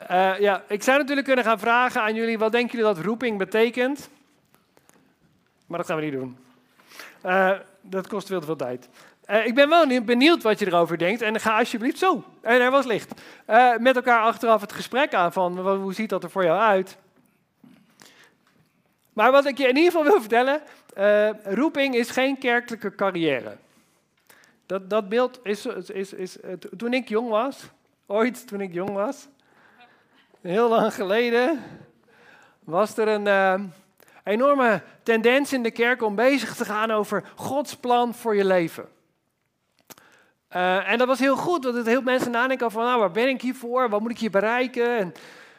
Ik zou natuurlijk kunnen gaan vragen aan jullie, wat denken jullie dat roeping betekent? Maar dat gaan we niet doen. Dat kost veel te veel tijd. Ik ben wel benieuwd wat je erover denkt. En ga alsjeblieft zo, en er was licht, met elkaar achteraf het gesprek aan van hoe ziet dat er voor jou uit? Maar wat ik je in ieder geval wil vertellen, roeping is geen kerkelijke carrière. Dat beeld is toen ik jong was, toen ik jong was, heel lang geleden, was er een enorme tendens in de kerk om bezig te gaan over Gods plan voor je leven. En dat was heel goed, want het hielp mensen nadenken van, waar ben ik hier voor? Wat moet ik hier bereiken?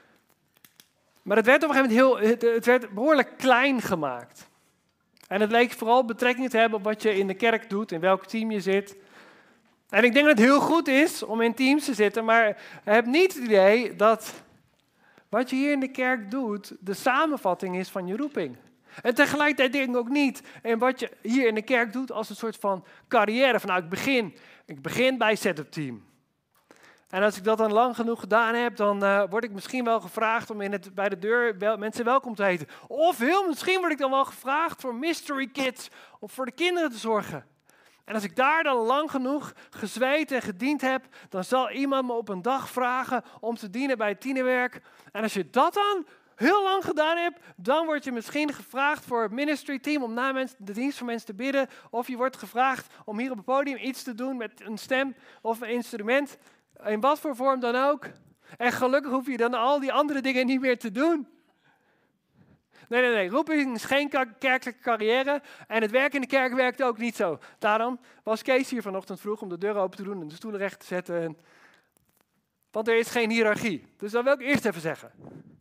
Maar het werd op een gegeven moment het werd behoorlijk klein gemaakt. En het leek vooral betrekking te hebben op wat je in de kerk doet, in welk team je zit. En ik denk dat het heel goed is om in teams te zitten, maar heb niet het idee dat wat je hier in de kerk doet de samenvatting is van je roeping. En tegelijkertijd denk ik ook niet in wat je hier in de kerk doet als een soort van carrière. Van ik begin bij setup team. En als ik dat dan lang genoeg gedaan heb, dan word ik misschien wel gevraagd om bij de deur mensen welkom te heten. Of heel misschien word ik dan wel gevraagd voor mystery kids, om voor de kinderen te zorgen. En als ik daar dan lang genoeg gezweet en gediend heb, dan zal iemand me op een dag vragen om te dienen bij het tienerwerk. En als je dat dan heel lang gedaan hebt, dan word je misschien gevraagd voor het ministry team om na de dienst voor mensen te bidden. Of je wordt gevraagd om hier op het podium iets te doen met een stem of een instrument. In wat voor vorm dan ook. En gelukkig hoef je dan al die andere dingen niet meer te doen. Nee. Roeping is geen kerkelijke carrière. En het werk in de kerk werkt ook niet zo. Daarom was Kees hier vanochtend vroeg om de deur open te doen en de stoelen recht te zetten. Want er is geen hiërarchie. Dus dat wil ik eerst even zeggen.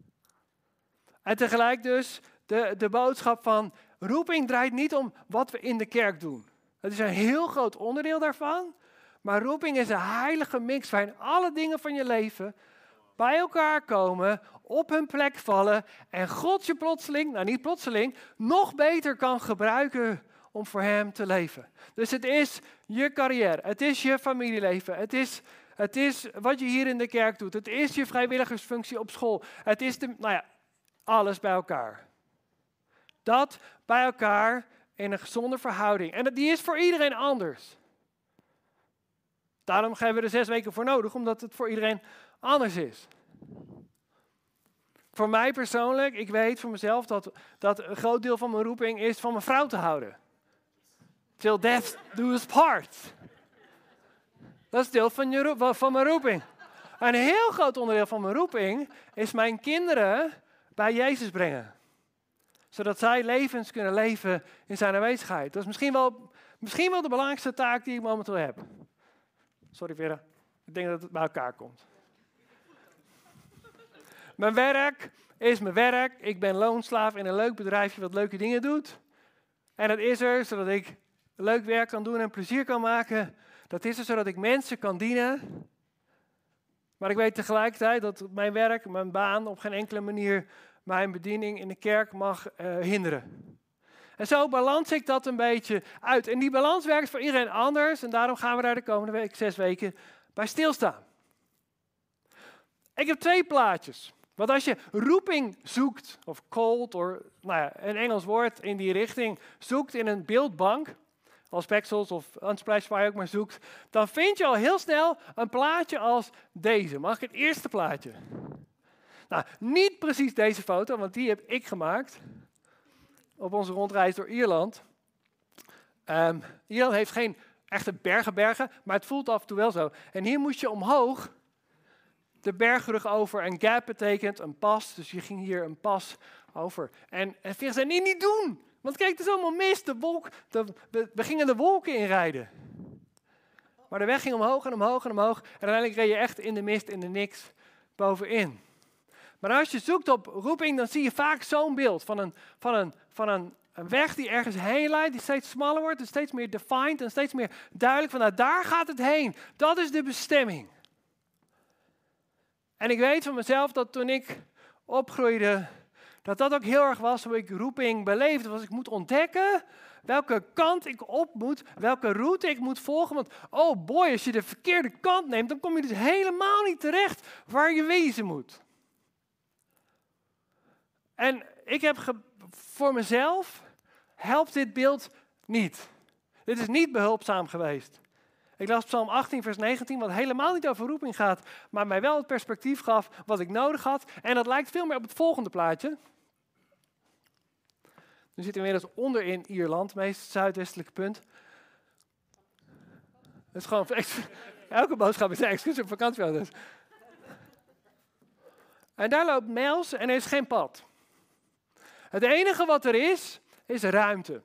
En tegelijk dus de boodschap van roeping draait niet om wat we in de kerk doen. Het is een heel groot onderdeel daarvan. Maar roeping is een heilige mix waarin alle dingen van je leven bij elkaar komen, op hun plek vallen en God je niet plotseling, nog beter kan gebruiken om voor hem te leven. Dus het is je carrière, het is je familieleven, het is wat je hier in de kerk doet, het is je vrijwilligersfunctie op school, het is alles bij elkaar. Dat bij elkaar in een gezonde verhouding. En die is voor iedereen anders. Daarom hebben we er 6 weken voor nodig, omdat het voor iedereen anders is. Voor mij persoonlijk, ik weet voor mezelf dat een groot deel van mijn roeping is van mijn vrouw te houden. Till death do us part. Dat is deel van mijn roeping. Een heel groot onderdeel van mijn roeping is mijn kinderen bij Jezus brengen. Zodat zij levens kunnen leven in zijn aanwezigheid. Dat is misschien wel de belangrijkste taak die ik momenteel heb. Sorry Vera, ik denk dat het bij elkaar komt. Mijn werk is mijn werk. Ik ben loonslaaf in een leuk bedrijfje wat leuke dingen doet. En dat is er zodat ik leuk werk kan doen en plezier kan maken. Dat is er zodat ik mensen kan dienen. Maar ik weet tegelijkertijd dat mijn werk, mijn baan op geen enkele manier mijn bediening in de kerk mag hinderen. En zo balans ik dat een beetje uit. En die balans werkt voor iedereen anders. En daarom gaan we daar de komende 6 weken bij stilstaan. Ik heb 2 plaatjes. Want als je roeping zoekt, of called, of een Engels woord in die richting, zoekt in een beeldbank, als Pexels of Unsplash waar je ook maar zoekt, dan vind je al heel snel een plaatje als deze. Mag ik het eerste plaatje? Nou, niet precies deze foto, want die heb ik gemaakt op onze rondreis door Ierland. Ierland heeft geen echte bergen, maar het voelt af en toe wel zo. En hier moest je omhoog de bergrug over. Een gap betekent een pas, dus je ging hier een pas over. En Veer zei, nee, niet doen. Want kijk, het is allemaal mist. We gingen de wolken inrijden. Maar de weg ging omhoog en omhoog en omhoog. En uiteindelijk reed je echt in de mist, in de niks, bovenin. Maar als je zoekt op roeping, dan zie je vaak zo'n beeld van een weg die ergens heen leidt, die steeds smaller wordt, en steeds meer defined en steeds meer duidelijk van, daar gaat het heen. Dat is de bestemming. En ik weet van mezelf dat toen ik opgroeide, dat ook heel erg was hoe ik roeping beleefde. Was ik moet ontdekken welke kant ik op moet, welke route ik moet volgen. Want oh boy, als je de verkeerde kant neemt, dan kom je dus helemaal niet terecht waar je wezen moet. En ik heb voor mezelf, helpt dit beeld niet. Dit is niet behulpzaam geweest. Ik las Psalm 18 vers 19, wat helemaal niet over roeping gaat, maar mij wel het perspectief gaf wat ik nodig had. En dat lijkt veel meer op het volgende plaatje. Nu zitten we inmiddels onder in Ierland, het meest zuidwestelijke punt. Het is gewoon, elke boodschap is een excuus op vakantie. Dus. En daar loopt Mels en er is geen pad. Het enige wat er is ruimte.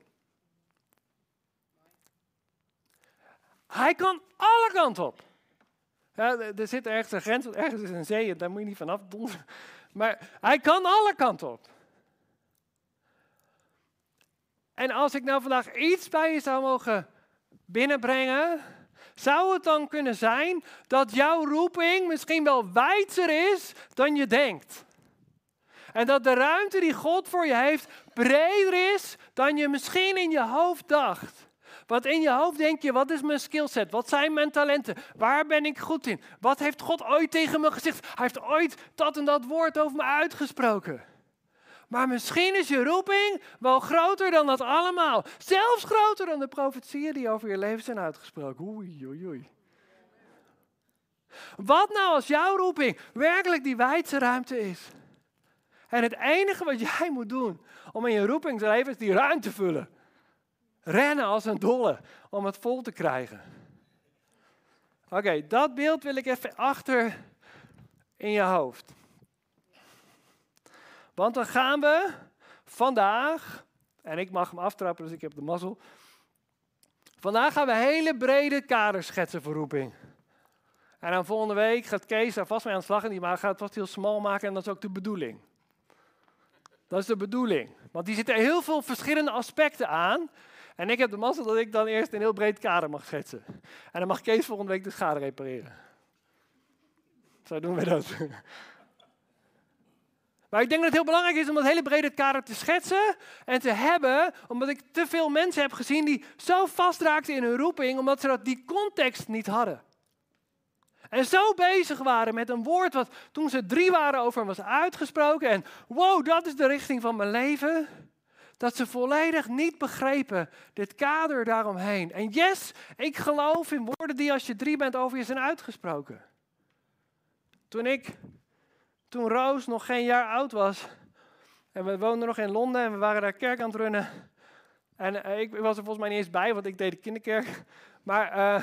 Hij kan alle kanten op. Ja, er zit ergens een grens, want ergens is een zee en daar moet je niet vanaf doen. Maar hij kan alle kanten op. En als ik nou vandaag iets bij je zou mogen binnenbrengen, zou het dan kunnen zijn dat jouw roeping misschien wel wijdser is dan je denkt. En dat de ruimte die God voor je heeft breder is dan je misschien in je hoofd dacht. Want in je hoofd denk je, wat is mijn skillset? Wat zijn mijn talenten? Waar ben ik goed in? Wat heeft God ooit tegen me gezegd? Hij heeft ooit dat en dat woord over me uitgesproken. Maar misschien is je roeping wel groter dan dat allemaal. Zelfs groter dan de profetieën die over je leven zijn uitgesproken. Oei, oei, oei. Wat nou als jouw roeping werkelijk die wijdse ruimte is? En het enige wat jij moet doen om in je roeping te leven is die ruimte vullen. Rennen als een dolle om het vol te krijgen. Oké, dat beeld wil ik even achter in je hoofd. Want dan gaan we vandaag, en ik mag hem aftrappen, dus ik heb de mazzel. Vandaag gaan we hele brede kaders schetsen voor roeping. En dan volgende week gaat Kees daar vast mee aan de slag en die gaat het vast heel smal maken en dat is ook de bedoeling. Dat is de bedoeling. Want die zitten heel veel verschillende aspecten aan. En ik heb de mazzel dat ik dan eerst een heel breed kader mag schetsen. En dan mag Kees volgende week de schade repareren. Zo doen we dat. Maar ik denk dat het heel belangrijk is om dat hele brede kader te schetsen en te hebben, omdat ik te veel mensen heb gezien die zo vastraakten in hun roeping, omdat ze die context niet hadden. En zo bezig waren met een woord wat toen ze 3 waren over was uitgesproken en wow, dat is de richting van mijn leven. Dat ze volledig niet begrepen dit kader daaromheen. En yes, ik geloof in woorden die als je 3 bent over je zijn uitgesproken. Toen Roos nog geen jaar oud was en we woonden nog in Londen en we waren daar kerk aan het runnen. En ik was er volgens mij niet eens bij, want ik deed de kinderkerk. Maar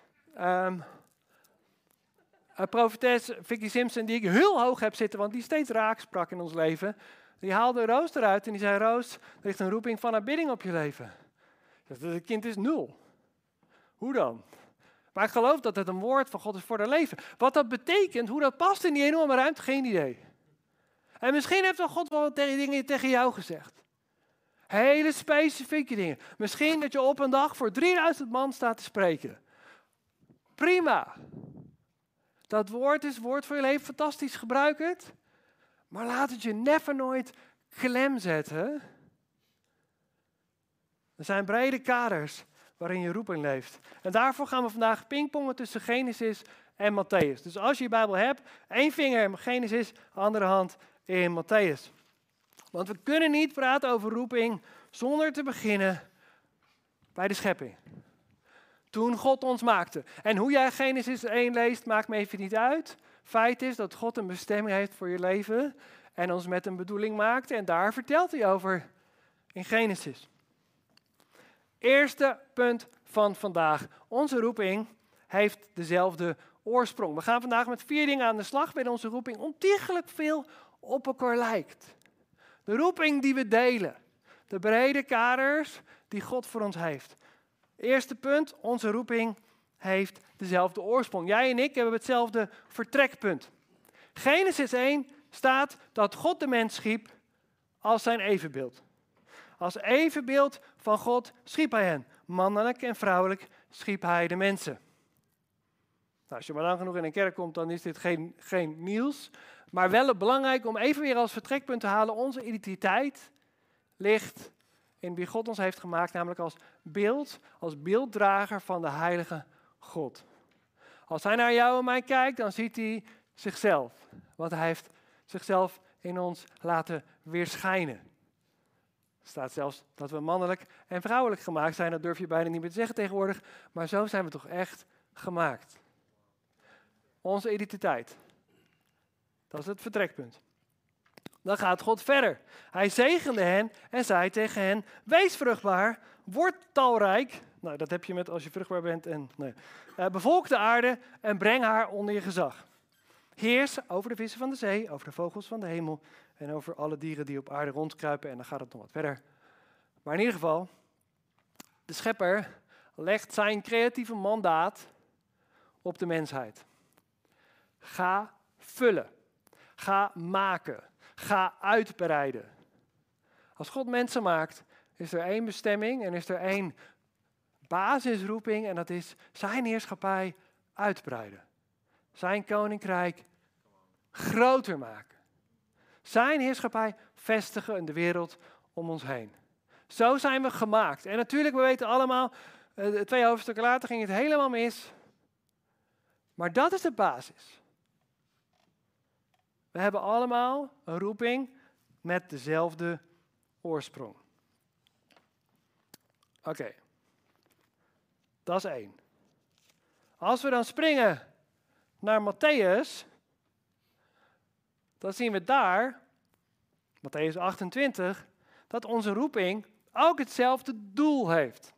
profetes Vicky Simpson, die ik heel hoog heb zitten, want die steeds raak sprak in ons leven. Die haalde Roos eruit en die zei, Roos, er ligt een roeping van aanbidding op je leven. Het kind is 0. Hoe dan? Maar ik geloof dat het een woord van God is voor haar leven. Wat dat betekent, hoe dat past in die enorme ruimte, geen idee. En misschien heeft wel God wel dingen tegen jou gezegd. Hele specifieke dingen. Misschien dat je op een dag voor 3000 man staat te spreken. Prima. Dat woord is woord voor je leven, fantastisch, gebruik het. Maar laat het je never nooit klem zetten. Er zijn brede kaders waarin je roeping leeft. En daarvoor gaan we vandaag pingpongen tussen Genesis en Mattheüs. Dus als je je Bijbel hebt, 1 vinger in Genesis, andere hand in Mattheüs. Want we kunnen niet praten over roeping zonder te beginnen bij de schepping. Toen God ons maakte. En hoe jij Genesis 1 leest, maakt me even niet uit. Feit is dat God een bestemming heeft voor je leven en ons met een bedoeling maakte. En daar vertelt hij over in Genesis. Eerste punt van vandaag. Onze roeping heeft dezelfde oorsprong. We gaan vandaag met 4 dingen aan de slag waarin onze roeping ontiegelijk veel op elkaar lijkt. De roeping die we delen. De brede kaders die God voor ons heeft. Eerste punt, onze roeping heeft dezelfde oorsprong. Jij en ik hebben hetzelfde vertrekpunt. Genesis 1 staat dat God de mens schiep als zijn evenbeeld. Als evenbeeld van God schiep hij hen. Mannelijk en vrouwelijk schiep hij de mensen. Nou, als je maar lang genoeg in een kerk komt, dan is dit geen nieuws. Maar wel belangrijk om even weer als vertrekpunt te halen. Onze identiteit ligt in wie God ons heeft gemaakt. Namelijk als beelddrager van de heilige God. Als hij naar jou en mij kijkt, dan ziet hij zichzelf. Want hij heeft zichzelf in ons laten weerschijnen. Er staat zelfs dat we mannelijk en vrouwelijk gemaakt zijn. Dat durf je bijna niet meer te zeggen tegenwoordig. Maar zo zijn we toch echt gemaakt. Onze identiteit. Dat is het vertrekpunt. Dan gaat God verder. Hij zegende hen en zei tegen hen: wees vruchtbaar, word talrijk. Nou, dat heb je met als je vruchtbaar bent. Bevolk de aarde en breng haar onder je gezag. Heers over de vissen van de zee, over de vogels van de hemel en over alle dieren die op aarde rondkruipen. En dan gaat het nog wat verder. Maar in ieder geval, de schepper legt zijn creatieve mandaat op de mensheid. Ga vullen. Ga maken. Ga uitbreiden. Als God mensen maakt, is er één bestemming en is er één basisroeping. En dat is zijn heerschappij uitbreiden. Zijn koninkrijk groter maken. Zijn heerschappij vestigen in de wereld om ons heen. Zo zijn we gemaakt. En natuurlijk, we weten allemaal, 2 hoofdstukken later ging het helemaal mis. Maar dat is de basis. We hebben allemaal een roeping met dezelfde oorsprong. Oké. Dat is 1. Als we dan springen naar Mattheüs, dan zien we daar, Mattheüs 28, dat onze roeping ook hetzelfde doel heeft.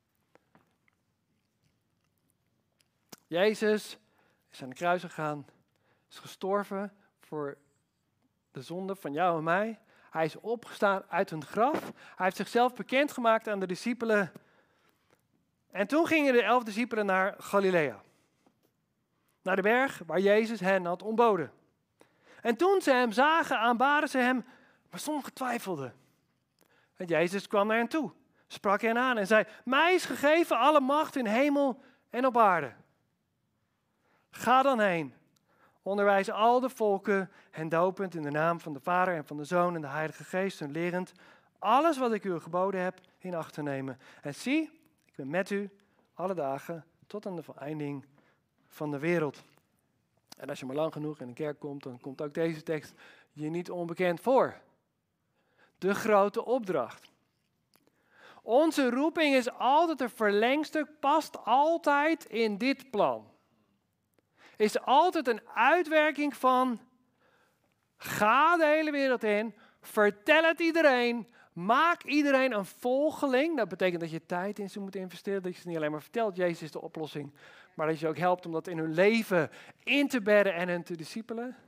Jezus is aan de kruis gegaan, is gestorven voor de zonde van jou en mij. Hij is opgestaan uit een graf. Hij heeft zichzelf bekendgemaakt aan de discipelen. En toen gingen de 11 discipelen naar Galilea. Naar de berg waar Jezus hen had ontboden. En toen ze hem zagen, aanbaden ze hem, maar sommigen twijfelden. En Jezus kwam naar hen toe, sprak hen aan en zei: mij is gegeven alle macht in hemel en op aarde. Ga dan heen, onderwijs al de volken, hen dopend in de naam van de Vader en van de Zoon en de Heilige Geest, en lerend alles wat ik u geboden heb in acht te nemen. En zie, ik ben met u alle dagen tot aan de voleinding van de wereld. En als je maar lang genoeg in de kerk komt, dan komt ook deze tekst je niet onbekend voor. De grote opdracht. Onze roeping is altijd een verlengstuk, past altijd in dit plan. Is altijd een uitwerking van: ga de hele wereld in, vertel het iedereen, maak iedereen een volgeling. Dat betekent dat je tijd in ze moet investeren, dat je ze niet alleen maar vertelt, Jezus is de oplossing, maar dat je ook helpt om dat in hun leven in te bedden en hen te discipelen.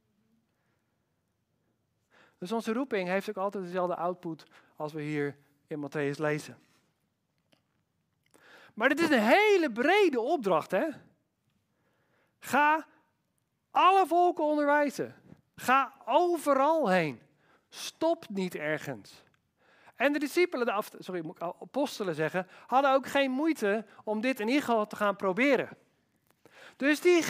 Dus onze roeping heeft ook altijd dezelfde output als we hier in Mattheüs lezen. Maar dit is een hele brede opdracht, hè? Ga alle volken onderwijzen. Ga overal heen. Stop niet ergens. En de discipelen, de apostelen zeggen, hadden ook geen moeite om dit in ieder geval te gaan proberen. Dus die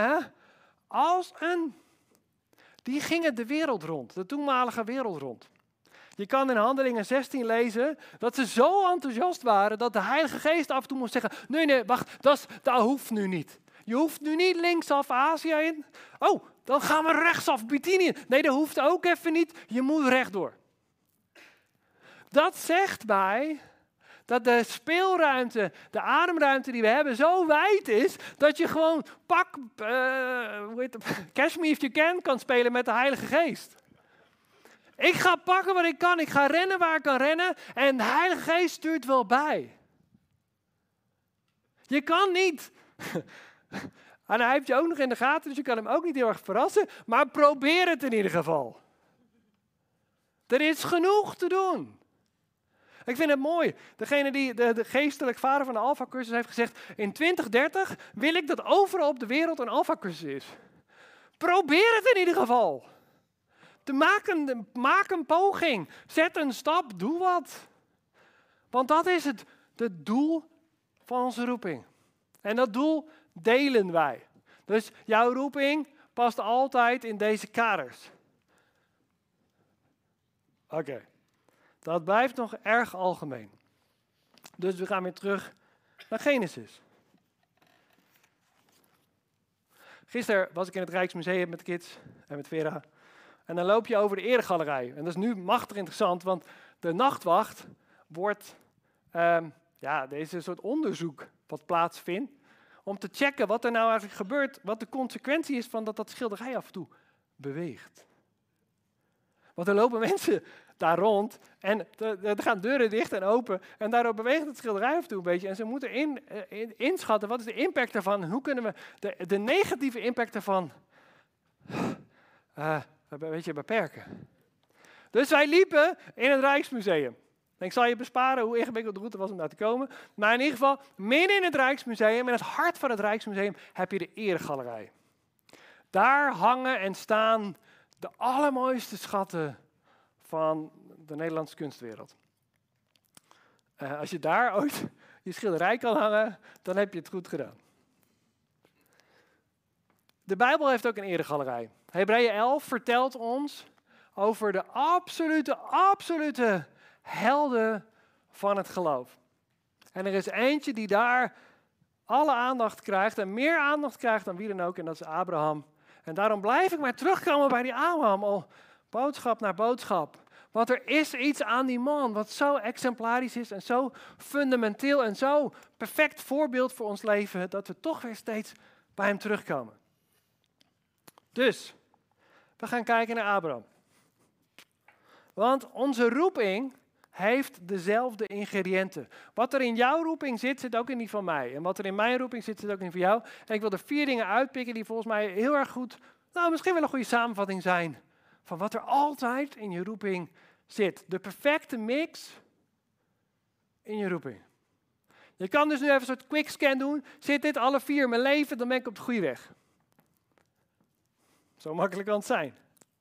gingen de wereld rond, de toenmalige wereld rond. Je kan in Handelingen 16 lezen dat ze zo enthousiast waren dat de Heilige Geest af en toe moest zeggen: nee, wacht, dat hoeft nu niet. Je hoeft nu niet linksaf Azië in. Oh, dan gaan we rechtsaf Bithynië. Nee, dat hoeft ook even niet. Je moet rechtdoor. Dat zegt mij dat de speelruimte, de ademruimte die we hebben zo wijd is, dat je gewoon Catch Me If You kan spelen met de Heilige Geest. Ik ga pakken wat ik kan, ik ga rennen waar ik kan rennen en de Heilige Geest stuurt wel bij. Je kan niet. En hij heeft je ook nog in de gaten, dus je kan hem ook niet heel erg verrassen, maar probeer het in ieder geval. Er is genoeg te doen. Ik vind het mooi. Degene die de geestelijk vader van de Alpha-cursus heeft gezegd: in 2030 wil ik dat overal op de wereld een Alpha-cursus is. Probeer het in ieder geval. Maak een poging. Zet een stap. Doe wat. Want dat is het doel van onze roeping. En dat doel delen wij. Dus jouw roeping past altijd in deze kaders. Oké. Dat blijft nog erg algemeen. Dus we gaan weer terug naar Genesis. Gisteren was ik in het Rijksmuseum met de kids en met Vera. En dan loop je over de eregalerij. En dat is nu machtig interessant, want de nachtwacht wordt... er is een soort onderzoek wat plaatsvindt om te checken wat er nou eigenlijk gebeurt, wat de consequentie is van dat schilderij af en toe beweegt. Want er lopen mensen daar rond en er gaan deuren dicht en open en daardoor beweegt het schilderij af en toe een beetje. En ze moeten inschatten wat is de impact daarvan en hoe kunnen we de negatieve impact daarvan beperken. Dus wij liepen in het Rijksmuseum. Ik zal je besparen hoe ingewikkeld de route was om daar te komen. Maar in ieder geval, midden in het Rijksmuseum, in het hart van het Rijksmuseum, heb je de eregalerij. Daar hangen en staan de allermooiste schatten van de Nederlandse kunstwereld. Als je daar ooit je schilderij kan hangen, dan heb je het goed gedaan. De Bijbel heeft ook een eregalerij. Hebreeën 11 vertelt ons over de absolute helden van het geloof. En er is eentje die daar alle aandacht krijgt en meer aandacht krijgt dan wie dan ook, en dat is Abraham. En daarom blijf ik maar terugkomen bij die Abraham, al boodschap naar boodschap. Want er is iets aan die man wat zo exemplarisch is en zo fundamenteel en zo perfect voorbeeld voor ons leven, dat we toch weer steeds bij hem terugkomen. Dus, we gaan kijken naar Abraham. Want onze roeping heeft dezelfde ingrediënten. Wat er in jouw roeping zit, zit ook in die van mij. En wat er in mijn roeping zit, zit ook in die van jou. En ik wil er 4 dingen uitpikken die volgens mij heel erg goed, misschien wel een goede samenvatting zijn van wat er altijd in je roeping zit. De perfecte mix in je roeping. Je kan dus nu even een soort quickscan doen. Zit dit alle 4 in mijn leven, dan ben ik op de goede weg. Zo makkelijk kan het zijn.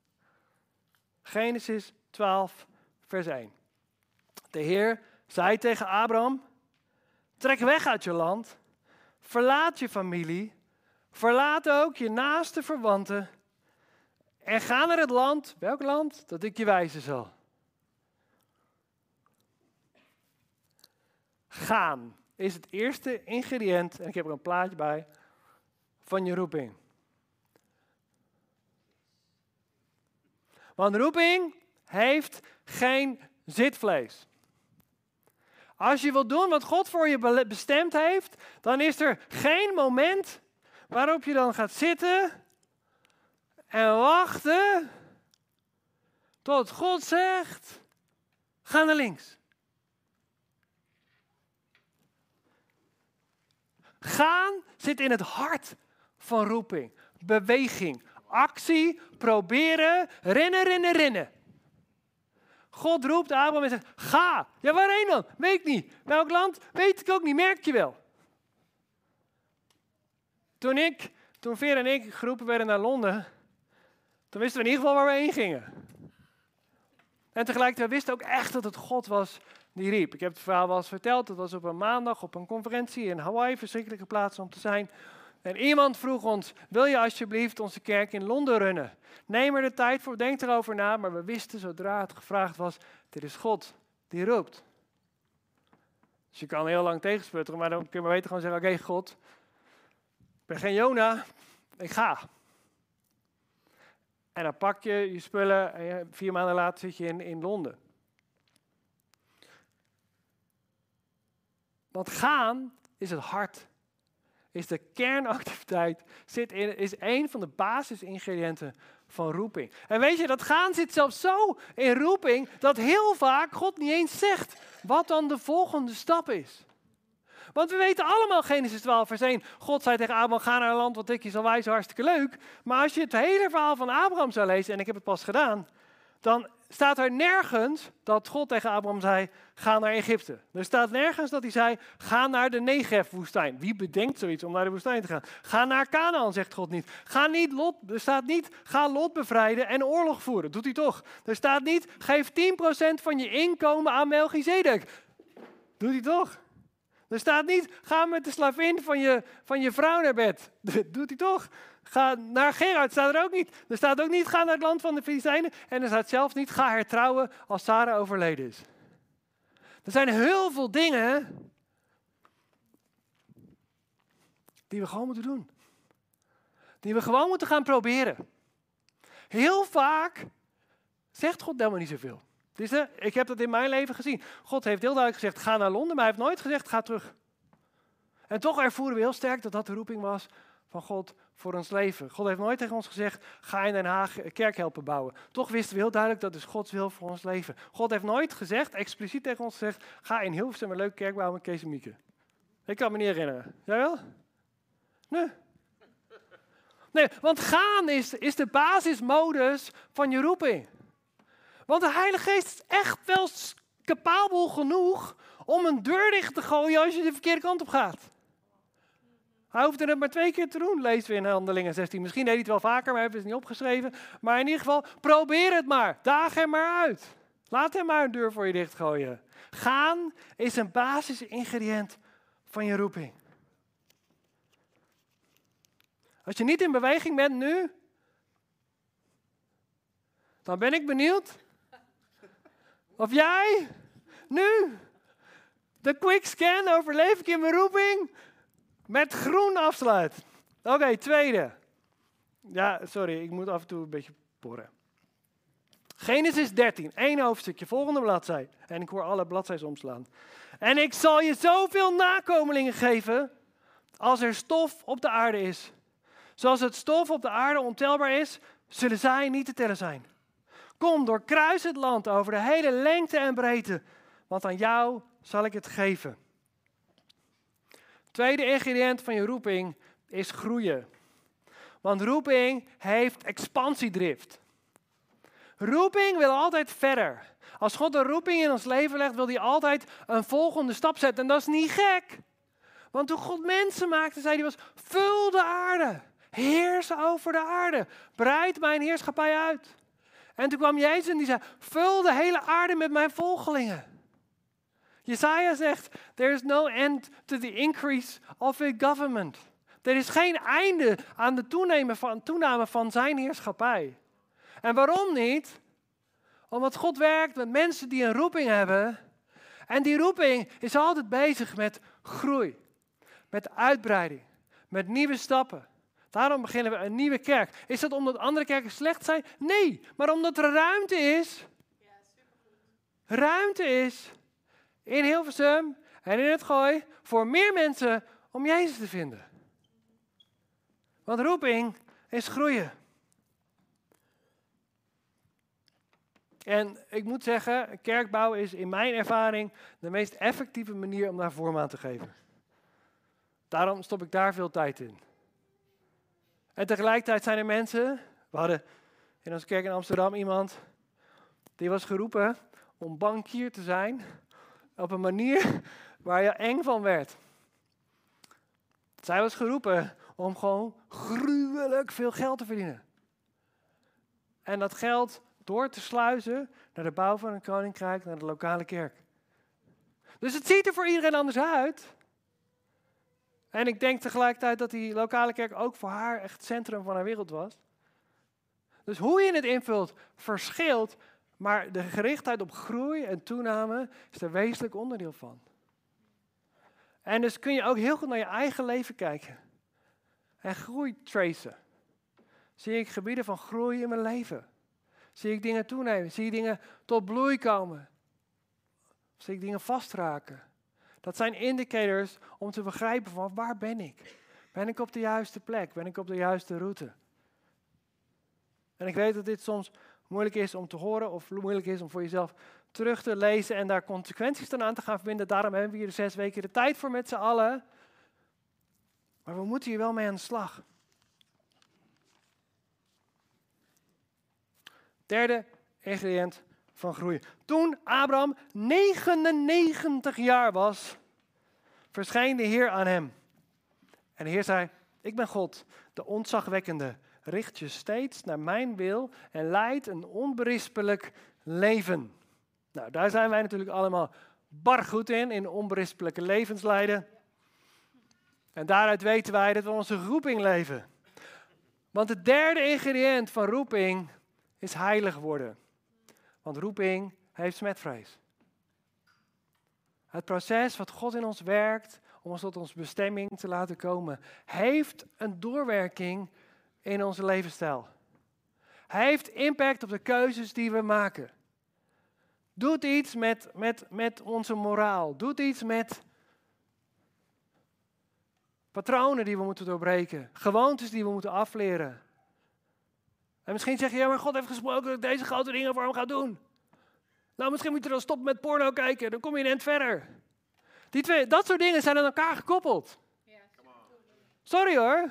Genesis 12, vers 1. De Heer zei tegen Abraham: trek weg uit je land, verlaat je familie, verlaat ook je naaste verwanten en ga naar het land, welk land, dat ik je wijzen zal. Gaan is het eerste ingrediënt, en ik heb er een plaatje bij, van je roeping. Want roeping heeft geen zitvlees. Als je wilt doen wat God voor je bestemd heeft, dan is er geen moment waarop je dan gaat zitten en wachten tot God zegt, ga naar links. Gaan zit in het hart van roeping, beweging, actie, proberen, rennen. God roept Abraham en zegt, ga. Ja, waarheen dan? Weet ik niet. Welk land? Weet ik ook niet, merk je wel. Toen Veer en ik geroepen werden naar Londen, toen wisten we in ieder geval waar we heen gingen. En tegelijkertijd wisten we ook echt dat het God was die riep. Ik heb het verhaal wel eens verteld, het was op een maandag op een conferentie in Hawaii, verschrikkelijke plaats om te zijn. En iemand vroeg ons, wil je alsjeblieft onze kerk in Londen runnen? Neem er de tijd voor, denk erover na, maar we wisten zodra het gevraagd was, dit is God die roept. Dus je kan heel lang tegensputteren, maar dan kun je maar beter gewoon zeggen, oké, God, ik ben geen Jona, ik ga. En dan pak je je spullen en 4 maanden later zit je in Londen. Want gaan is het hart. Is de kernactiviteit, is een van de basisingrediënten van roeping. En weet je, dat gaan zit zelfs zo in roeping, dat heel vaak God niet eens zegt wat dan de volgende stap is. Want we weten allemaal, Genesis 12 vers 1, God zei tegen Abraham, ga naar een land wat ik je zal wijzen, hartstikke leuk. Maar als je het hele verhaal van Abraham zou lezen, en ik heb het pas gedaan, dan staat er nergens dat God tegen Abraham zei, ga naar Egypte. Er staat nergens dat hij zei, ga naar de Negev-woestijn. Wie bedenkt zoiets om naar de woestijn te gaan? Ga naar Kanaan, zegt God niet. Er staat niet, ga Lot bevrijden en oorlog voeren. Doet hij toch. Er staat niet, geef 10% van je inkomen aan Melchizedek. Doet hij toch. Er staat niet, ga met de slavin van je vrouw naar bed. Doet hij toch. Ga naar Gerard, staat er ook niet. Er staat ook niet, ga naar het land van de Filistijnen. En er staat zelfs niet, ga hertrouwen als Sarah overleden is. Er zijn heel veel dingen die we gewoon moeten doen. Die we gewoon moeten gaan proberen. Heel vaak zegt God helemaal niet zoveel. Dus, ik heb dat in mijn leven gezien. God heeft heel duidelijk gezegd, ga naar Londen, maar hij heeft nooit gezegd, ga terug. En toch ervoeren we heel sterk dat dat de roeping was van God voor ons leven. God heeft nooit tegen ons gezegd, ga in Den Haag een kerk helpen bouwen. Toch wisten we heel duidelijk, dat is Gods wil voor ons leven. God heeft nooit gezegd, expliciet tegen ons gezegd, ga in Hilversum een leuke kerk bouwen met Kees en Mieke. Ik kan me niet herinneren. Jij wel? Nee. Nee, want gaan is de basismodus van je roeping. Want de Heilige Geest is echt wel capabel genoeg om een deur dicht te gooien als je de verkeerde kant op gaat. Hij hoefde het maar 2 keer te doen, lezen we in Handelingen 16. Misschien deed hij het wel vaker, maar hebben we het niet opgeschreven. Maar in ieder geval, probeer het maar. Daag hem maar uit. Laat hem maar een deur voor je dichtgooien. Gaan is een basisingrediënt van je roeping. Als je niet in beweging bent nu, dan ben ik benieuwd of jij nu de quick scan overleef ik in mijn roeping met groen afsluit. Oké, tweede. Ja, sorry, ik moet af en toe een beetje porren. Genesis 13, 1 hoofdstukje, volgende bladzij. En ik hoor alle bladzijden omslaan. En ik zal je zoveel nakomelingen geven als er stof op de aarde is. Zoals het stof op de aarde ontelbaar is, zullen zij niet te tellen zijn. Kom, doorkruis het land over de hele lengte en breedte, want aan jou zal ik het geven. Tweede ingrediënt van je roeping is groeien. Want roeping heeft expansiedrift. Roeping wil altijd verder. Als God een roeping in ons leven legt, wil hij altijd een volgende stap zetten. En dat is niet gek. Want toen God mensen maakte, zei hij was, vul de aarde. Heers over de aarde. Breid mijn heerschappij uit. En toen kwam Jezus en die zei, vul de hele aarde met mijn volgelingen. Jesaja zegt, there is no end to the increase of his government. Er is geen einde aan de toename van zijn heerschappij. En waarom niet? Omdat God werkt met mensen die een roeping hebben. En die roeping is altijd bezig met groei. Met uitbreiding. Met nieuwe stappen. Daarom beginnen we een nieuwe kerk. Is dat omdat andere kerken slecht zijn? Nee, maar omdat er ruimte is. Ja, supergoed. Ruimte is in Hilversum en in het Gooi voor meer mensen om Jezus te vinden. Want roeping is groeien. En ik moet zeggen, kerkbouw is in mijn ervaring de meest effectieve manier om daar vorm aan te geven. Daarom stop ik daar veel tijd in. En tegelijkertijd zijn er mensen, we hadden in onze kerk in Amsterdam iemand, die was geroepen om bankier te zijn op een manier waar je eng van werd. Zij was geroepen om gewoon gruwelijk veel geld te verdienen. En dat geld door te sluizen naar de bouw van een koninkrijk, naar de lokale kerk. Dus het ziet er voor iedereen anders uit. En ik denk tegelijkertijd dat die lokale kerk ook voor haar echt het centrum van haar wereld was. Dus hoe je het invult verschilt, maar de gerichtheid op groei en toename is er wezenlijk onderdeel van. En dus kun je ook heel goed naar je eigen leven kijken. En groei tracen. Zie ik gebieden van groei in mijn leven? Zie ik dingen toenemen? Zie ik dingen tot bloei komen? Zie ik dingen vastraken? Dat zijn indicators om te begrijpen van waar ben ik? Ben ik op de juiste plek? Ben ik op de juiste route? En ik weet dat dit soms moeilijk is om te horen of moeilijk is om voor jezelf terug te lezen en daar consequenties dan aan te gaan verbinden. Daarom hebben we hier 6 weken de tijd voor met z'n allen. Maar we moeten hier wel mee aan de slag. Derde ingrediënt van groei. Toen Abraham 99 jaar was, verscheen de Heer aan hem. En de Heer zei, ik ben God, de ontzagwekkende. Richt je steeds naar mijn wil en leid een onberispelijk leven. Nou, daar zijn wij natuurlijk allemaal bar goed in onberispelijke levensleiden. En daaruit weten wij dat we onze roeping leven. Want het derde ingrediënt van roeping is heilig worden. Want roeping heeft smetvrees. Het proces wat God in ons werkt om ons tot onze bestemming te laten komen, heeft een doorwerking in onze levensstijl. heeft impact op de keuzes die we maken. Doet iets met onze moraal. Doet iets met patronen die we moeten doorbreken. Gewoontes die we moeten afleren. En misschien zeg je, ja, maar God heeft gesproken dat ik deze grote dingen voor hem ga doen. Nou, misschien moet je dan stoppen met porno kijken. Dan kom je een eind verder. Dat soort dingen zijn aan elkaar gekoppeld. Sorry hoor.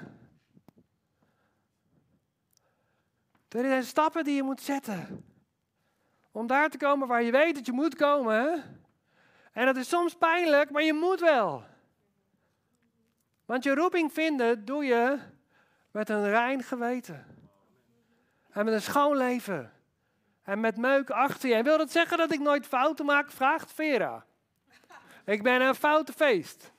Er zijn stappen die je moet zetten. Om daar te komen waar je weet dat je moet komen. En dat is soms pijnlijk, maar je moet wel. Want je roeping vinden doe je met een rein geweten. En met een schoon leven. En met meuk achter je. En wil dat zeggen dat ik nooit fouten maak? Vraagt Vera. Ik ben een foutenfeest.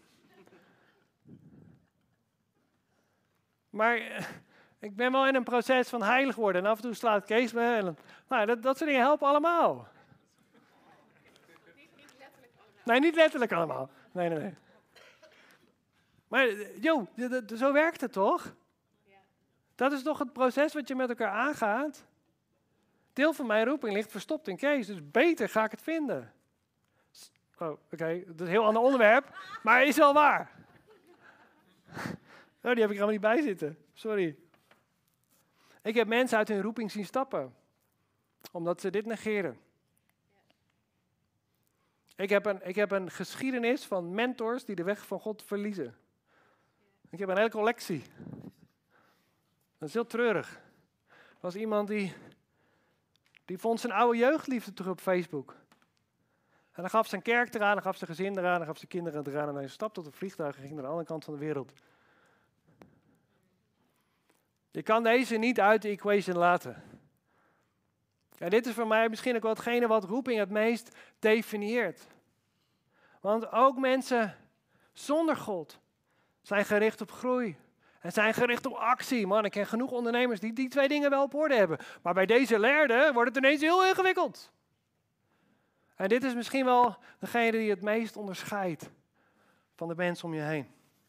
Maar ik ben wel in een proces van heilig worden. En af en toe slaat Kees me. En, nou, dat soort dingen helpen allemaal. Niet letterlijk allemaal. Nee, niet letterlijk allemaal. Nee. Maar joh, zo werkt het toch? Ja. Dat is toch het proces wat je met elkaar aangaat? Deel van mijn roeping ligt verstopt in Kees. Dus beter ga ik het vinden. Oh, oké. Dat is een heel ander onderwerp. Maar is wel waar. Oh, die heb ik er allemaal niet bij zitten. Sorry. Ik heb mensen uit hun roeping zien stappen. Omdat ze dit negeren. Ik heb een geschiedenis van mentors die de weg van God verliezen. Ik heb een hele collectie. Dat is heel treurig. Er was iemand die vond zijn oude jeugdliefde terug op Facebook. En dan gaf zijn kerk eraan, dan gaf zijn gezin eraan, dan gaf zijn kinderen eraan. En hij stapte op een vliegtuig en ging naar de andere kant van de wereld. Je kan deze niet uit de equation laten. En dit is voor mij misschien ook wel hetgene wat roeping het meest definieert. Want ook mensen zonder God zijn gericht op groei. En zijn gericht op actie. Man, ik ken genoeg ondernemers die die twee dingen wel op orde hebben. Maar bij deze lerde wordt het ineens heel ingewikkeld. En dit is misschien wel degene die het meest onderscheidt van de mensen om je heen.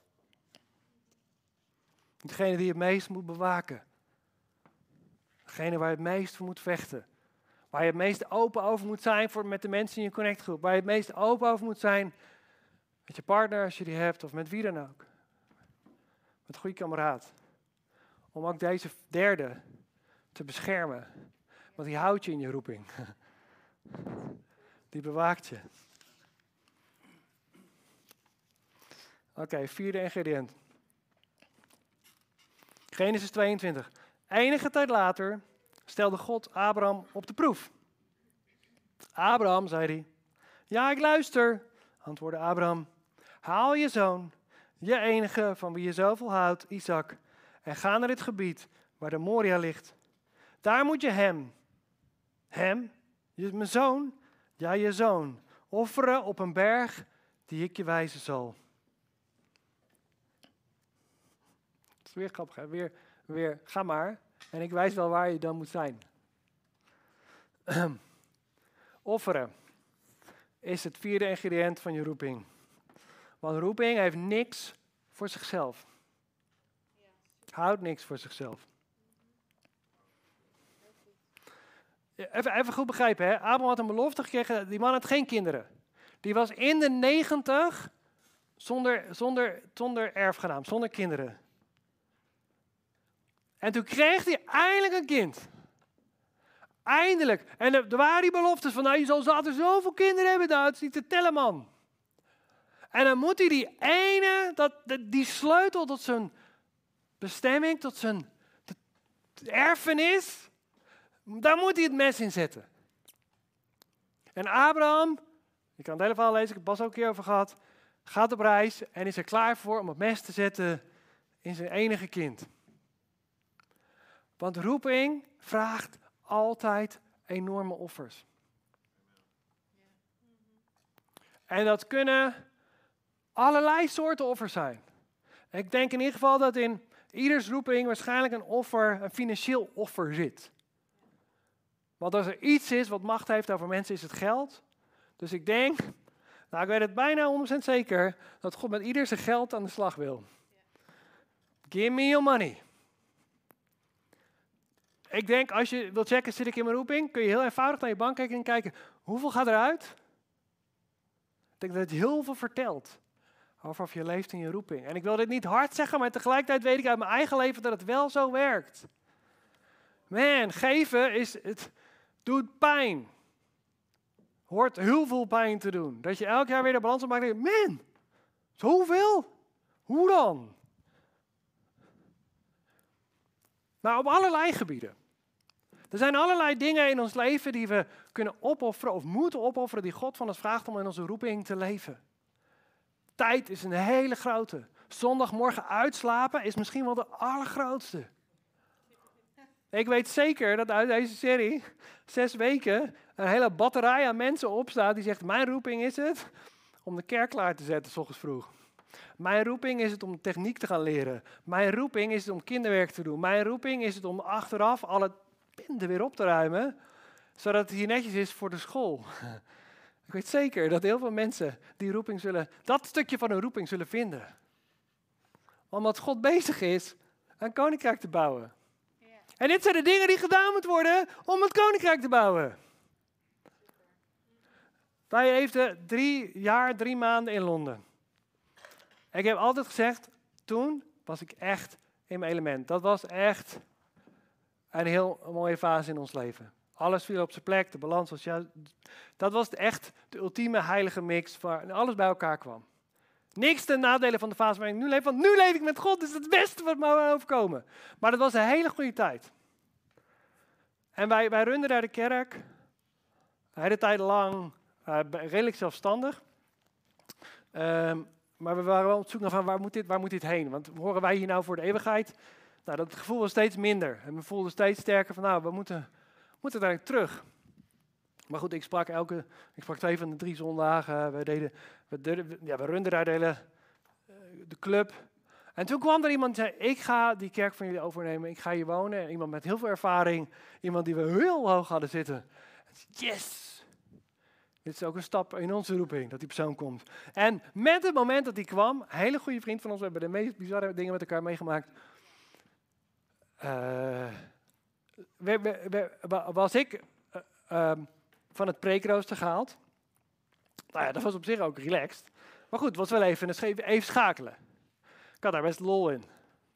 Degene die het meest moet bewaken. Degene waar je het meest voor moet vechten. Waar je het meest open over moet zijn met de mensen in je connectgroep. Waar je het meest open over moet zijn met je partner als je die hebt. Of met wie dan ook. Met een goede kameraad. Om ook deze derde te beschermen. Want die houdt je in je roeping. Die bewaakt je. Oké, vierde ingrediënt. Genesis 22. Enige tijd later stelde God Abraham op de proef. Abraham, zei hij. Ja, ik luister, antwoordde Abraham. Haal je zoon, je enige van wie je zoveel houdt, Isaac, en ga naar dit gebied waar de Moria ligt. Daar moet je mijn zoon, ja je zoon, offeren op een berg die ik je wijzen zal. Het is weer grappig, hè? Weer, ga maar. En ik wijs wel waar je dan moet zijn. Offeren is het vierde ingrediënt van je roeping. Want roeping heeft niks voor zichzelf. Houdt niks voor zichzelf. Even goed begrijpen, hè? Abraham had een belofte gekregen, die man had geen kinderen. Die was in de 90 zonder erfgenaam, zonder kinderen. En toen kreeg hij eindelijk een kind. Eindelijk. En er waren die beloftes van, nou, je zal later zoveel kinderen hebben, nou, het is niet te tellen, man. En dan moet hij die ene, die sleutel tot zijn bestemming, tot zijn erfenis, daar moet hij het mes in zetten. En Abraham, je kan het hele verhaal lezen, ik heb het pas ook een keer over gehad, gaat op reis en is er klaar voor om het mes te zetten in zijn enige kind. Want roeping vraagt altijd enorme offers. En dat kunnen allerlei soorten offers zijn. Ik denk in ieder geval dat in ieders roeping waarschijnlijk een financieel offer zit. Want als er iets is wat macht heeft over mensen, is het geld. Dus ik denk, ik weet het bijna 100% zeker, dat God met ieder zijn geld aan de slag wil. Give me your money. Ik denk, als je wilt checken, zit ik in mijn roeping, kun je heel eenvoudig naar je bankrekening kijken. Hoeveel gaat eruit? Ik denk dat het heel veel vertelt over of je leeft in je roeping. En ik wil dit niet hard zeggen, maar tegelijkertijd weet ik uit mijn eigen leven dat het wel zo werkt. Man, geven het doet pijn. Hoort heel veel pijn te doen. Dat je elk jaar weer de balans op maakt en denkt, man, zoveel? Hoe dan? Nou, op allerlei gebieden. Er zijn allerlei dingen in ons leven die we kunnen opofferen of moeten opofferen, die God van ons vraagt om in onze roeping te leven. Tijd is een hele grote. Zondagmorgen uitslapen is misschien wel de allergrootste. Ik weet zeker dat uit deze serie 6 weken een hele batterij aan mensen opstaat die zegt, mijn roeping is het om de kerk klaar te zetten 's ochtends vroeg. Mijn roeping is het om techniek te gaan leren. Mijn roeping is het om kinderwerk te doen. Mijn roeping is het om achteraf alle pinten weer op te ruimen, zodat het hier netjes is voor de school. Ik weet zeker dat heel veel mensen die roeping dat stukje van hun roeping zullen vinden. Omdat God bezig is een koninkrijk te bouwen. Ja. En dit zijn de dingen die gedaan moeten worden om het koninkrijk te bouwen. Wij leefden 3 jaar, 3 maanden in Londen. Ik heb altijd gezegd, toen was ik echt in mijn element. Dat was echt een heel mooie fase in ons leven. Alles viel op zijn plek, de balans was juist. Dat was echt de ultieme heilige mix waar alles bij elkaar kwam. Niks ten nadele van de fase waarin ik nu leef, want nu leef ik met God, dus het beste wat me overkomen. Maar dat was een hele goede tijd. En wij runden daar de kerk, de hele tijd lang, redelijk zelfstandig. Maar we waren wel op zoek naar van waar moet dit heen? Want horen wij hier nou voor de eeuwigheid? Nou, dat gevoel was steeds minder. En we voelden steeds sterker van, we moeten uiteindelijk terug. Maar goed, ik sprak 2 van de 3 zondagen. We runden daar de club. En toen kwam er iemand die zei, ik ga die kerk van jullie overnemen. Ik ga hier wonen. En iemand met heel veel ervaring. Iemand die we heel hoog hadden zitten. Yes! Dit is ook een stap in onze roeping, dat die persoon komt. En met het moment dat die kwam, een hele goede vriend van ons, we hebben de meest bizarre dingen met elkaar meegemaakt. Was ik van het preekrooster gehaald. Nou ja, dat was op zich ook relaxed. Maar goed, het was wel even schakelen. Ik had daar best lol in.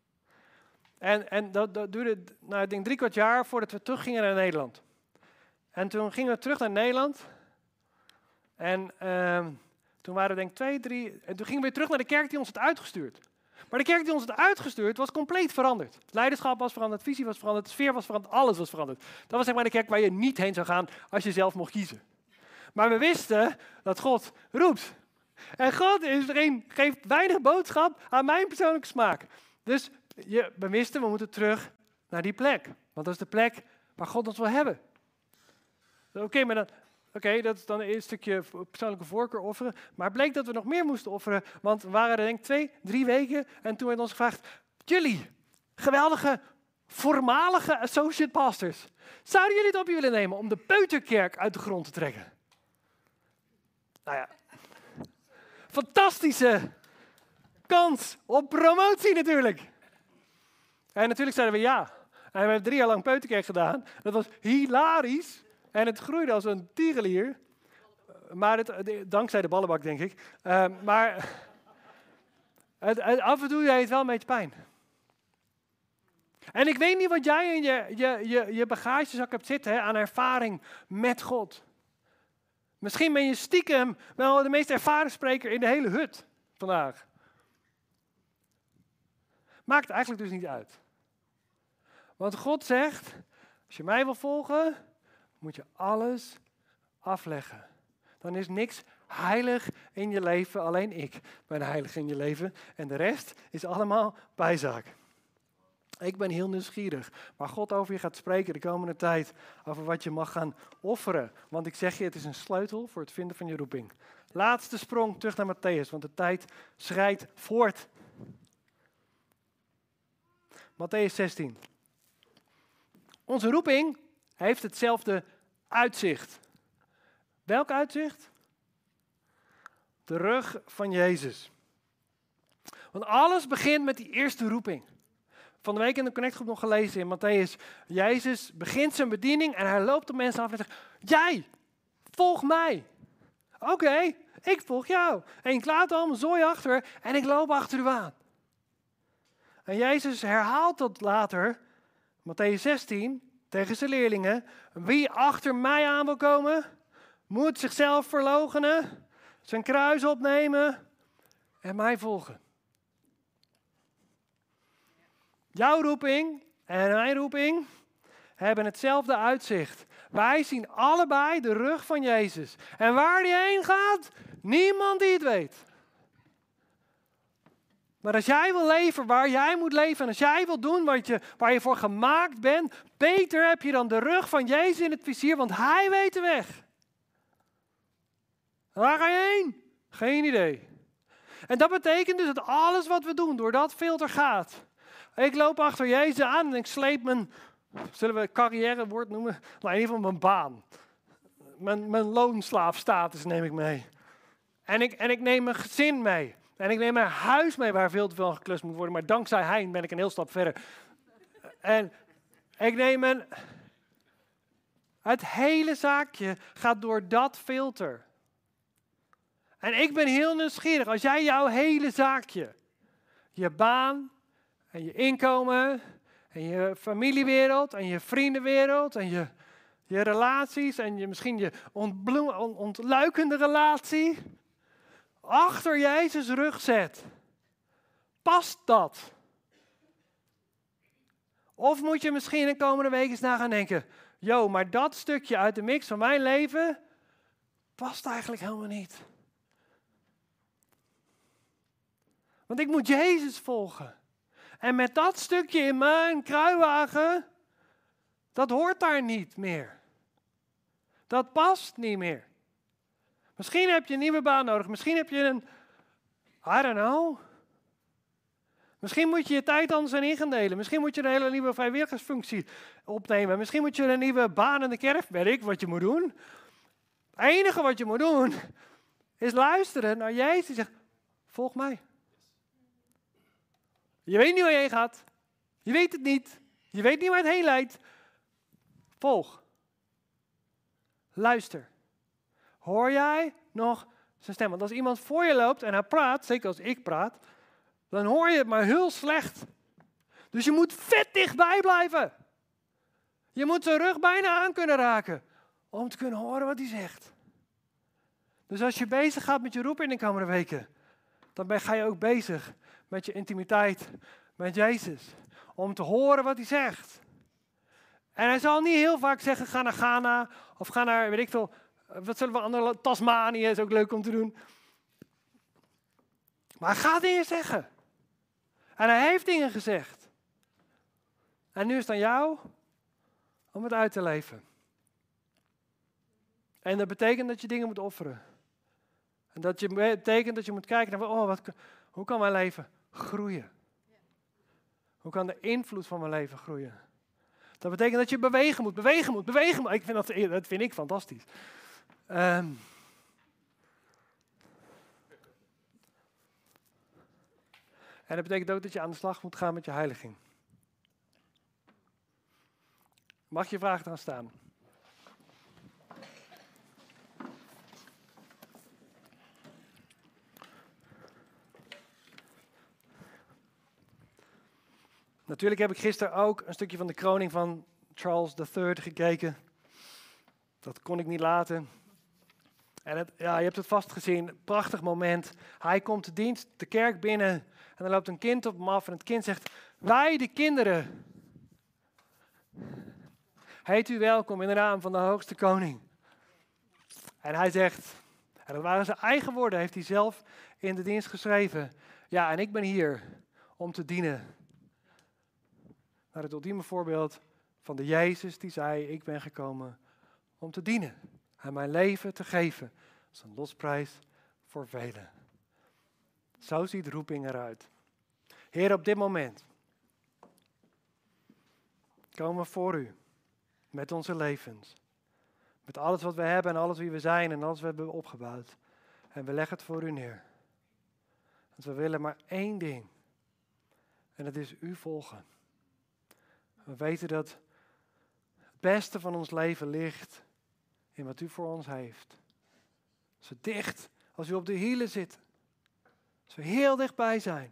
En dat duurde, ik denk 3/4 jaar voordat we terug gingen naar Nederland. En toen gingen we terug naar Nederland. En toen waren we denk ik 2, 3... En toen gingen we weer terug naar de kerk die ons had uitgestuurd. Maar de kerk die ons had uitgestuurd was compleet veranderd. Het leiderschap was veranderd, de visie was veranderd, de sfeer was veranderd, alles was veranderd. Dat was zeg maar de kerk waar je niet heen zou gaan als je zelf mocht kiezen. Maar we wisten dat God roept. En God geeft weinig boodschap aan mijn persoonlijke smaak. Dus we wisten, we moeten terug naar die plek. Want dat is de plek waar God ons wil hebben. Oké, dat is dan een stukje persoonlijke voorkeur offeren. Maar het bleek dat we nog meer moesten offeren. Want we waren er denk ik 2, 3 weken. En toen werd ons gevraagd, jullie, geweldige, voormalige associate pastors. Zouden jullie het op je willen nemen om de Peuterkerk uit de grond te trekken? Nou ja, fantastische kans op promotie natuurlijk. En natuurlijk zeiden we ja. En we hebben 3 jaar lang Peuterkerk gedaan. Dat was hilarisch. En het groeide als een tierenlier. Maar dankzij de ballenbak, denk ik. Maar af en toe deed het wel een beetje pijn. En ik weet niet wat jij in je bagagezak hebt zitten aan ervaring met God. Misschien ben je stiekem wel de meest ervaren spreker in de hele hut vandaag. Maakt eigenlijk dus niet uit. Want God zegt, als je mij wil volgen, moet je alles afleggen. Dan is niks heilig in je leven, alleen ik ben heilig in je leven. En de rest is allemaal bijzaak. Ik ben heel nieuwsgierig waar God over je gaat spreken de komende tijd. Over wat je mag gaan offeren. Want ik zeg je, het is een sleutel voor het vinden van je roeping. Laatste sprong terug naar Matthäus, want de tijd schrijdt voort. Matthäus 16. Onze roeping heeft hetzelfde uitzicht. Welk uitzicht? De rug van Jezus. Want alles begint met die eerste roeping. van de week in de connectgroep nog gelezen in Matthäus. Jezus begint zijn bediening en hij loopt de mensen af en zegt, jij, volg mij. Oké, ik volg jou. En ik laat al mijn zooi achter en ik loop achter u aan. En Jezus herhaalt dat later, Matthäus 16, tegen zijn leerlingen. Wie achter mij aan wil komen, moet zichzelf verloochenen, zijn kruis opnemen en mij volgen. Jouw roeping en mijn roeping hebben hetzelfde uitzicht. Wij zien allebei de rug van Jezus. En waar die heen gaat, niemand die het weet. Maar als jij wil leven waar jij moet leven en als jij wil doen waar je voor gemaakt bent, beter heb je dan de rug van Jezus in het vizier, want hij weet de weg. Waar ga je heen? Geen idee. En dat betekent dus dat alles wat we doen door dat filter gaat. Ik loop achter Jezus aan en ik sleep mijn, zullen we carrièrewoord noemen? Nou, in ieder geval mijn baan. Mijn loonslaafstatus neem ik mee. En ik neem mijn gezin mee. En ik neem mijn huis mee waar veel te veel geklust moet worden. Maar dankzij Hein ben ik een heel stap verder. En ik neem het hele zaakje gaat door dat filter. En ik ben heel nieuwsgierig. Als jij jouw hele zaakje, je baan en je inkomen en je familiewereld en je vriendenwereld en je relaties en misschien je ontluikende relatie achter Jezus' rug zet. Past dat? Of moet je misschien de komende week eens na gaan denken, maar dat stukje uit de mix van mijn leven past eigenlijk helemaal niet. Want ik moet Jezus volgen. En met dat stukje in mijn kruiwagen, dat hoort daar niet meer. Dat past niet meer. Misschien heb je een nieuwe baan nodig. Misschien heb je I don't know. Misschien moet je je tijd anders in gaan delen. Misschien moet je een hele nieuwe vrijwilligersfunctie opnemen. Misschien moet je een nieuwe baan in de kerk. Weet ik wat je moet doen. Het enige wat je moet doen, is luisteren naar Jezus die zegt, volg mij. Je weet niet waar je heen gaat. Je weet het niet. Je weet niet waar het heen leidt. Volg. Luister. Hoor jij nog zijn stem? Want als iemand voor je loopt en hij praat, zeker als ik praat, dan hoor je het maar heel slecht. Dus je moet vet dichtbij blijven. Je moet zijn rug bijna aan kunnen raken om te kunnen horen wat hij zegt. Dus als je bezig gaat met je roeping in de komende weken, dan ga je ook bezig met je intimiteit met Jezus. Om te horen wat hij zegt. En hij zal niet heel vaak zeggen, ga naar Ghana of ga naar, weet ik veel, wat zullen we andere, Tasmanië is ook leuk om te doen. Maar hij gaat dingen zeggen. En hij heeft dingen gezegd. En nu is het aan jou om het uit te leven. En dat betekent dat je dingen moet offeren. En dat betekent dat je moet kijken naar, hoe kan mijn leven groeien? Hoe kan de invloed van mijn leven groeien? Dat betekent dat je bewegen moet. Ik vind dat vind ik fantastisch. En dat betekent ook dat je aan de slag moet gaan met je heiliging. Mag je vragen gaan staan? Natuurlijk heb ik gisteren ook een stukje van de kroning van Charles III gekeken. Dat kon ik niet laten. En je hebt het vast gezien, prachtig moment. Hij komt de kerk binnen en er loopt een kind op hem af en het kind zegt, wij de kinderen, heet u welkom in de naam van de hoogste koning. En hij zegt, en dat waren zijn eigen woorden, heeft hij zelf in de dienst geschreven. Ja, en ik ben hier om te dienen. Naar het ultieme voorbeeld van de Jezus die zei, ik ben gekomen om te dienen. En mijn leven te geven als een losprijs voor velen. Zo ziet roeping eruit. Heer, op dit moment komen we voor u met onze levens. Met alles wat we hebben en alles wie we zijn en alles wat we hebben opgebouwd. En we leggen het voor u neer. Want we willen maar één ding. En dat is u volgen. We weten dat het beste van ons leven ligt in wat u voor ons heeft. Zo dicht als u op de hielen zit. Als we heel dichtbij zijn.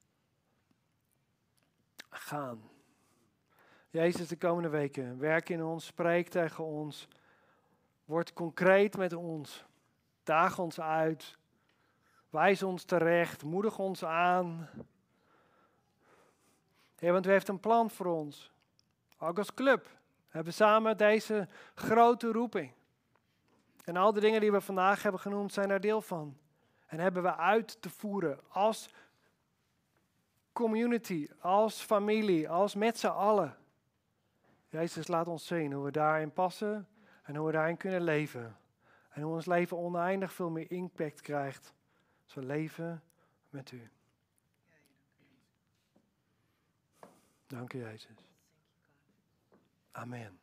Gaan. Jezus, de komende weken, werk in ons, spreek tegen ons. Word concreet met ons. Daag ons uit. Wijs ons terecht. Moedig ons aan. Heer, want u heeft een plan voor ons. Ook als club. We hebben samen deze grote roeping. En al de dingen die we vandaag hebben genoemd zijn daar deel van. En hebben we uit te voeren als community, als familie, als met z'n allen. Jezus, laat ons zien hoe we daarin passen en hoe we daarin kunnen leven. En hoe ons leven oneindig veel meer impact krijgt als we leven met u. Dank u, Jezus. Amen.